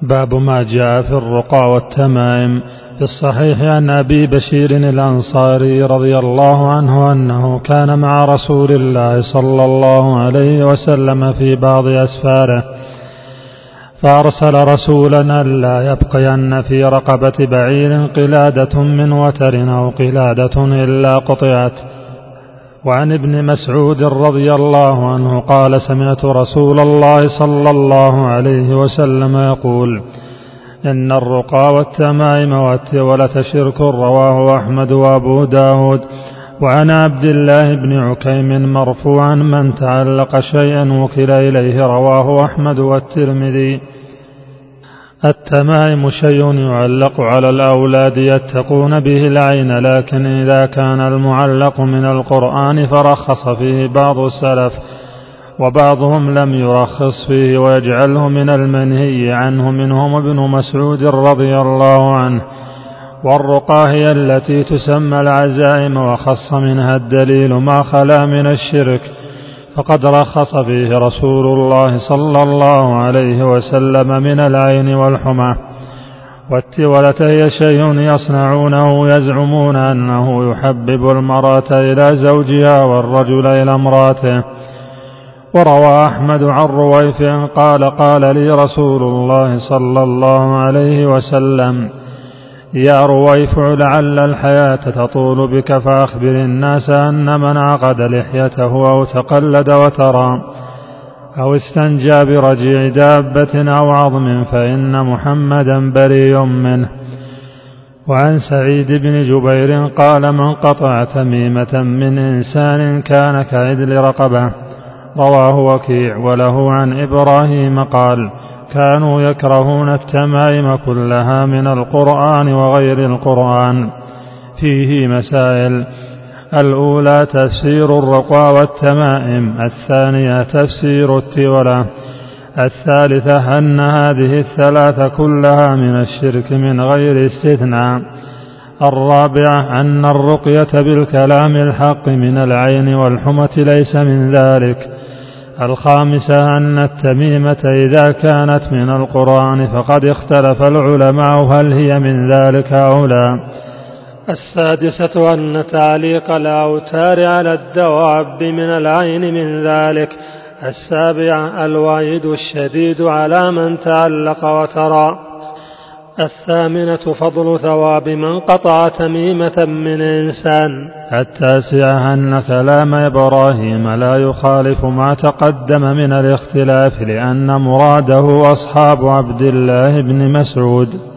باب ما جاء في الرقى والتمائم. في الصحيح عن أبي بشير الأنصاري رضي الله عنه أنه كان مع رسول الله صلى الله عليه وسلم في بعض أسفاره، فأرسل رسولا ألا يبقين في رقبة بعير قلادة من وتر أو قلادة إلا قطعت. وعن ابن مسعود رضي الله عنه قال: سمعت رسول الله صلى الله عليه وسلم يقول: إن الرقى والتمائم والتولة شرك، رواه أحمد وأبو داود. وعن عبد الله بن عكيم مرفوعا: من تعلق شيئا وكل إليه، رواه أحمد والترمذي. التمائم شيء يعلق على الأولاد يتقون به العين، لكن إذا كان المعلق من القرآن فرخص فيه بعض السلف، وبعضهم لم يرخص فيه ويجعله من المنهي عنه، منهم ابن مسعود رضي الله عنه. والرقى هي التي تسمى العزائم، وخص منها الدليل ما خلا من الشرك، فقد رخص فيه رسول الله صلى الله عليه وسلم من العين والحمى. والتولة هي شيء يصنعونه يزعمون أنه يحبب المرأة إلى زوجها والرجل إلى امرأته. وروى أحمد عن رويفع قال: قال لي رسول الله صلى الله عليه وسلم: يا رويفع، لعل الحياة تطول بك، فأخبر الناس أن من عقد لحيته أو تقلد وترى أو استنجى برجيع دابة أو عظم فإن محمدا بريء منه. وعن سعيد بن جبير قال: من قطع تميمة من إنسان كان كعدل رقبة، رواه وكيع. وله عن إبراهيم قال: كانوا يكرهون التمائم كلها من القرآن وغير القرآن. فيه مسائل: الأولى تفسير الرقى والتمائم، الثانية تفسير التولة، الثالثة أن هذه الثلاثة كلها من الشرك من غير استثناء، الرابعة أن الرقية بالكلام الحق من العين والحمى ليس من ذلك، الخامسة أن التميمة إذا كانت من القرآن فقد اختلف العلماء هل هي من ذلك أو لا، السادسة أن تعليق الأوتار على الدواب من العين من ذلك، السابعة الوعيد الشديد على من تعلق وترى، الثامنة فضل ثواب من قطع تميمة من إنسان، التاسعة أن كلام إبراهيم لا يخالف ما تقدم من الاختلاف، لأن مراده أصحاب عبد الله بن مسعود.